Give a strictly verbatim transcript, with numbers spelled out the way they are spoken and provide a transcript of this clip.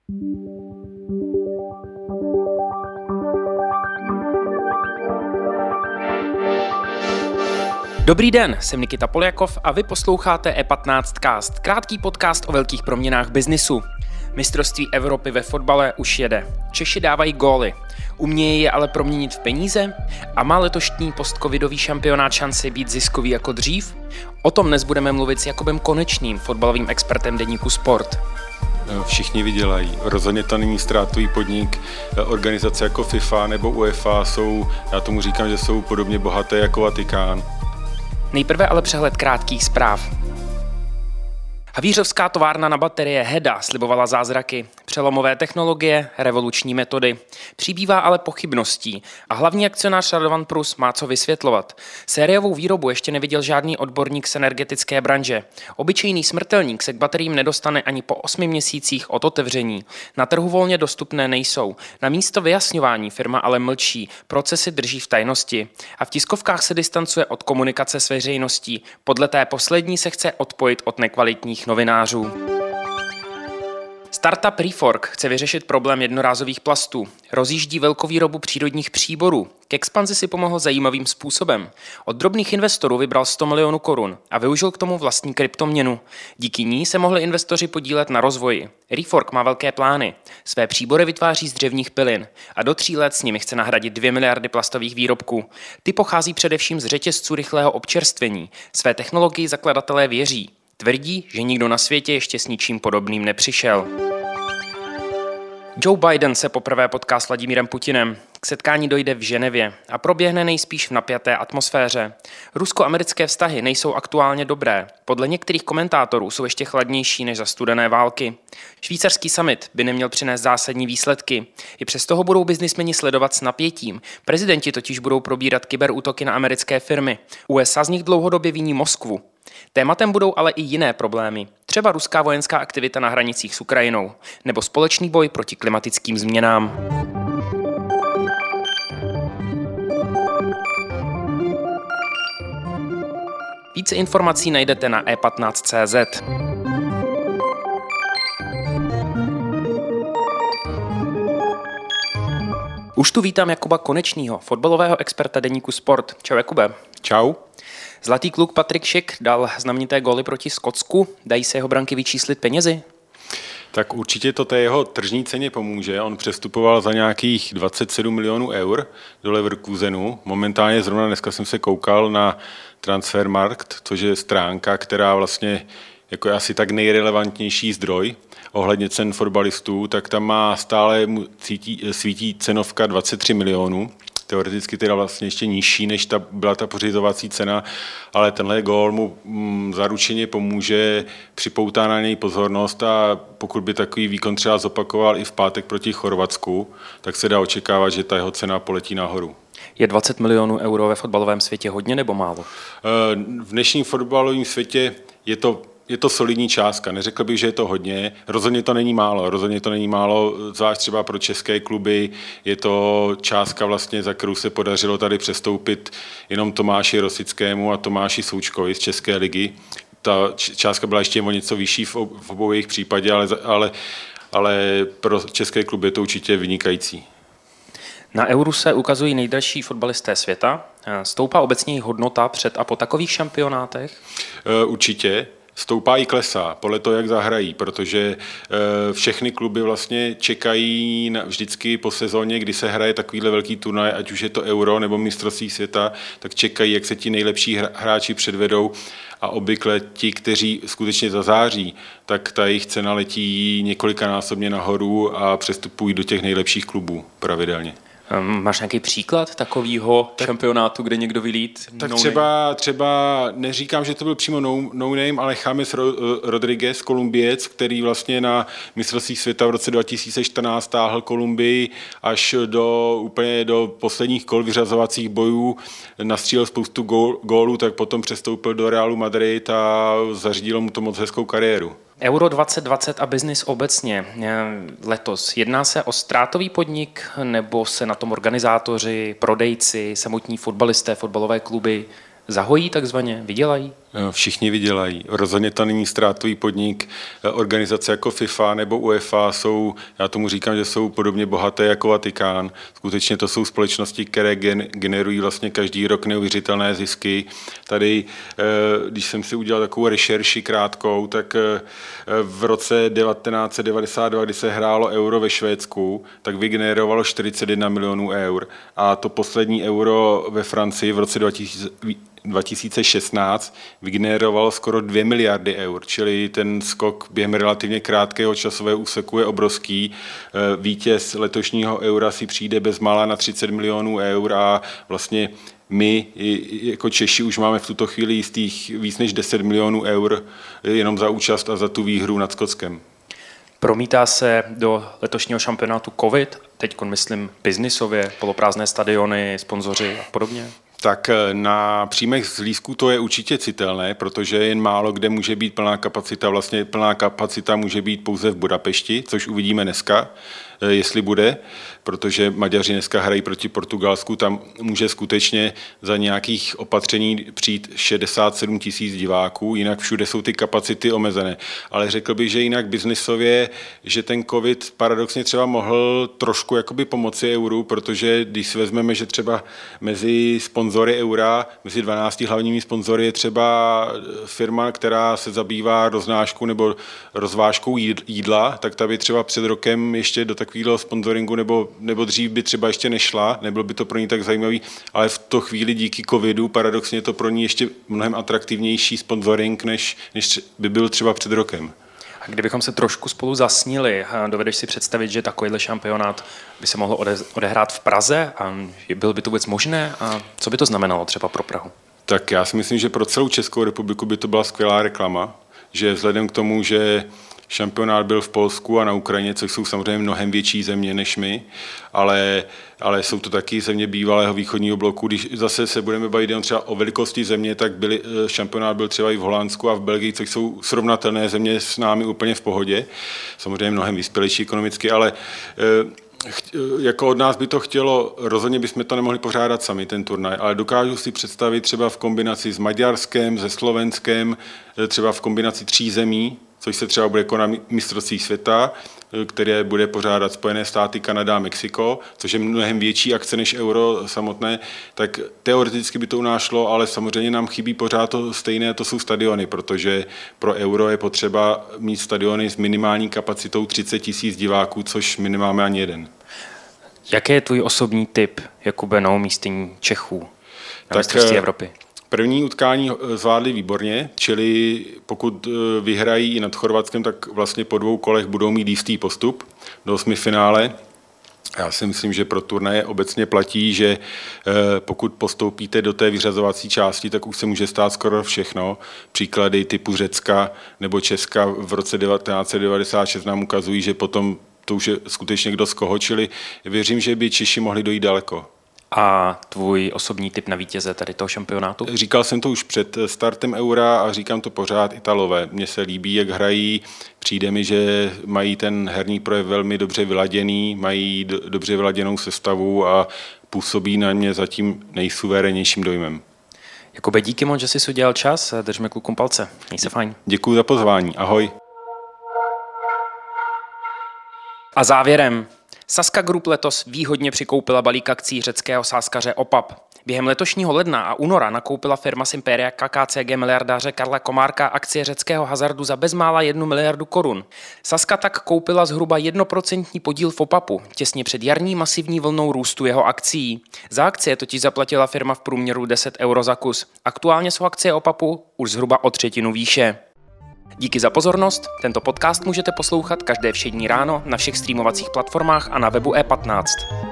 Dobrý den, jsem Nikita Poljakov a vy posloucháte E patnáct Cast, krátký podcast o velkých proměnách biznisu. Mistrovství Evropy ve fotbale už jede. Češi dávají góly. Umějí je ale proměnit v peníze? A má letošní postcovidový šampionát šanci být ziskový jako dřív? O tom dnes budeme mluvit s Jakubem Konečným, fotbalovým expertem deníku Sport. Všichni vydělají. Rozhodně to není ztrátový podnik. Organizace jako FIFA nebo UEFA jsou, já tomu říkám, že jsou podobně bohaté jako Vatikán. Nejprve ale přehled krátkých zpráv. Havířovská továrna na baterie Heda slibovala zázraky, přelomové technologie, revoluční metody. Přibývá ale pochybností a hlavní akcionář Radovan Prus má co vysvětlovat. Sériovou výrobu ještě neviděl žádný odborník z energetické branže. Obyčejný smrtelník se k bateriím nedostane ani po osmi měsících od otevření. Na trhu volně dostupné nejsou. Na místo vyjasňování firma ale mlčí, procesy drží v tajnosti. A v tiskovkách se distancuje od komunikace s veřejností. Podle té poslední se chce odpojit od nekvalitních novinářů. Startup Refork chce vyřešit problém jednorázových plastů. Rozjíždí velkovýrobu přírodních příborů. K expanzi si pomohl zajímavým způsobem. Od drobných investorů vybral sto milionů korun a využil k tomu vlastní kryptoměnu. Díky ní se mohli investoři podílet na rozvoji. Refork má velké plány. Své příbory vytváří z dřevních pilin a do tří let s nimi chce nahradit dvě miliardy plastových výrobků. Ty pochází především z řetězců rychlého občerstvení. Své technologii zakladatelé věří. Tvrdí, že nikdo na světě ještě s ničím podobným nepřišel. Joe Biden se poprvé potká s Vladimírem Putinem. K setkání dojde v Ženevě a proběhne nejspíš v napjaté atmosféře. Rusko-americké vztahy nejsou aktuálně dobré. Podle některých komentátorů jsou ještě chladnější než za studené války. Švýcarský summit by neměl přinést zásadní výsledky. I přesto ho budou biznismeni sledovat s napětím. Prezidenti totiž budou probírat kyberútoky na americké firmy. U S A z nich dlouhodobě viní Moskvu. Tématem budou ale i jiné problémy, třeba ruská vojenská aktivita na hranicích s Ukrajinou, nebo společný boj proti klimatickým změnám. Více informací najdete na e patnáct tečka cé zet. Už tu vítám Jakuba Konečnýho, fotbalového experta deníku Sport. Čau Jakube. Čau. Zlatý kluk Patrik Schick dal znamenité góly proti Skotsku. Dají se jeho branky vyčíslit penězi? Tak určitě to té jeho tržní ceně pomůže. On přestupoval za nějakých dvacet sedm milionů eur do Leverkusenu. Momentálně zrovna dneska jsem se koukal na Transfermarkt, což je stránka, která vlastně jako je asi tak nejrelevantnější zdroj ohledně cen fotbalistů, tak tam má stále cítí, svítí cenovka dvacet tři milionů. Teoreticky teda vlastně ještě nižší, než ta, byla ta pořizovací cena, ale tenhle gól mu mm, zaručeně pomůže, připoutá na něj pozornost a pokud by takový výkon třeba zopakoval i v pátek proti Chorvatsku, tak se dá očekávat, že ta jeho cena poletí nahoru. Je dvacet milionů euro ve fotbalovém světě hodně nebo málo? V dnešním fotbalovém světě je to Je to solidní částka, neřekl bych, že je to hodně, rozhodně to není málo, rozhodně to není málo, zvlášť třeba pro české kluby, je to částka vlastně, za kterou se podařilo tady přestoupit jenom Tomáši Rosickému a Tomáši Součkovi z České ligy. Ta částka byla ještě o něco vyšší v obou jejich případě, ale, ale, ale pro české kluby je to určitě vynikající. Na Euru se ukazují nejdražší fotbalisté světa. Stoupá obecně jejich hodnota před a po takových šampionátech? Určitě. Stoupá i klesá, podle toho, jak zahrají, protože všechny kluby vlastně čekají na, vždycky po sezóně, kdy se hraje takovýhle velký turnaj, ať už je to Euro nebo mistrovství světa, tak čekají, jak se ti nejlepší hráči předvedou a obvykle ti, kteří skutečně zazáří, tak ta jejich cena letí několikanásobně nahoru a přestupují do těch nejlepších klubů pravidelně. Máš nějaký příklad takového šampionátu, kde někdo vylít? Tak no třeba, třeba, neříkám, že to byl přímo no, no name, ale James Rodriguez, Kolumbiec, který vlastně na mistrovství světa v roce dva tisíce čtrnáct táhl Kolumbii až do úplně do posledních kol vyřazovacích bojů, nastřílel spoustu gól, gólů, tak potom přestoupil do Realu Madrid a zařídilo mu to moc hezkou kariéru. Euro dvacet dvacet a biznis obecně letos. Jedná se o ztrátový podnik, nebo se na tom organizátoři, prodejci, samotní fotbalisté, fotbalové kluby zahojí takzvaně, vydělají? Všichni vydělají. Rozhodně to není ztrátový podnik. Organizace jako FIFA nebo UEFA jsou, já tomu říkám, že jsou podobně bohaté jako Vatikán. Skutečně to jsou společnosti, které generují vlastně každý rok neuvěřitelné zisky. Tady, když jsem si udělal takovou rešerši krátkou, tak v roce devatenáct set devadesát dva, kdy se hrálo euro ve Švédsku, tak vygenerovalo čtyřicet jedna milionů eur. A to poslední euro ve Francii v roce dva tisíce šestnáct vygenerovalo skoro dvě miliardy eur, čili ten skok během relativně krátkého časového úseku je obrovský. Vítěz letošního eura si přijde bezmála na třicet milionů eur a vlastně my jako Češi už máme v tuto chvíli jistých víc než deset milionů eur jenom za účast a za tu výhru nad Skotskem. Promítá se do letošního šampionátu covid, teď myslím biznisově, poloprázdné stadiony, sponzoři a podobně? Tak na příjmech z lístků to je určitě citelné, protože jen málo kde může být plná kapacita. Vlastně plná kapacita může být pouze v Budapešti, což uvidíme dneska, jestli bude, protože Maďaři dneska hrají proti Portugalsku, tam může skutečně za nějakých opatření přijít šedesát sedm tisíc diváků, jinak všude jsou ty kapacity omezené. Ale řekl bych, že jinak biznisově, že ten covid paradoxně třeba mohl trošku jakoby pomoci euru, protože když si vezmeme, že třeba mezi sponzory eura, mezi dvanácti hlavními sponzory je třeba firma, která se zabývá roznáškou nebo rozvážkou jídla, tak ta by třeba před rokem ještě do takového sponzoringu nebo, nebo dřív by třeba ještě nešla, nebylo by to pro ní tak zajímavý, ale v to chvíli díky covidu paradoxně je to pro ní ještě mnohem atraktivnější sponzoring, než, než by byl třeba před rokem. A kdybychom se trošku spolu zasnili, dovedeš si představit, že takovýhle šampionát by se mohl odehrát v Praze a bylo by to vůbec možné a co by to znamenalo třeba pro Prahu? Tak já si myslím, že pro celou Českou republiku by to byla skvělá reklama, že vzhledem k tomu, že šampionát byl v Polsku a na Ukrajině, což jsou samozřejmě mnohem větší země než my, ale, ale jsou to taky země bývalého východního bloku. Když zase se budeme bavit jen třeba o velikosti země, tak byli, šampionát byl třeba i v Holandsku a v Belgii, což jsou srovnatelné země s námi úplně v pohodě. Samozřejmě mnohem vyspělejší ekonomicky, ale jako od nás by to chtělo, rozhodně bychom to nemohli pořádat sami, ten turnaj, ale dokážu si představit třeba v kombinaci s Maďarskem, se Slovenskem, třeba v kombinaci tří zemí, což se třeba bude konat mistrovství světa, které bude pořádat Spojené státy, Kanada a Mexiko, což je mnohem větší akce než euro samotné, tak teoreticky by to u nás šlo, ale samozřejmě nám chybí pořád to stejné, to jsou stadiony, protože pro euro je potřeba mít stadiony s minimální kapacitou třicet tisíc diváků, což my nemáme ani jeden. Jaký je tvůj osobní tip, Jakube, na umístění Čechů na mistrovství Evropy? První utkání zvládli výborně, čili pokud vyhrají i nad Chorvatskem, tak vlastně po dvou kolech budou mít jistý postup do osmi finále. Já si myslím, že pro turnaje obecně platí, že pokud postoupíte do té vyřazovací části, tak už se může stát skoro všechno. Příklady typu Řecka nebo Česka v roce devatenáct set devadesát šest nám ukazují, že potom to už je skutečně kdo z koho, čili věřím, že by Češi mohli dojít daleko. A tvůj osobní tip na vítěze tady toho šampionátu? Říkal jsem to už před startem eura a říkám to pořád, Italové. Mně se líbí, jak hrají, přijde mi, že mají ten herní projev velmi dobře vyladěný, mají dobře vyladěnou sestavu a působí na mě zatím nejsuverénnějším dojmem. Jakube, díky moc, že jsi udělal čas, držme klukům palce. Měj se fajn. Děkuji za pozvání, ahoj. A závěrem. Sazka Group letos výhodně přikoupila balík akcí řeckého sázkaře O P A P. Během letošního ledna a února nakoupila firma z Imperia K K C G miliardáře Karla Komárka akcie řeckého hazardu za bezmála jednu miliardu korun. Sazka tak koupila zhruba jednoprocentní podíl v O P A P u, těsně před jarní masivní vlnou růstu jeho akcií. Za akcie totiž zaplatila firma v průměru deset euro za kus. Aktuálně jsou akcie O P A P u už zhruba o třetinu výše. Díky za pozornost, tento podcast můžete poslouchat každé všední ráno na všech streamovacích platformách a na webu E patnáct.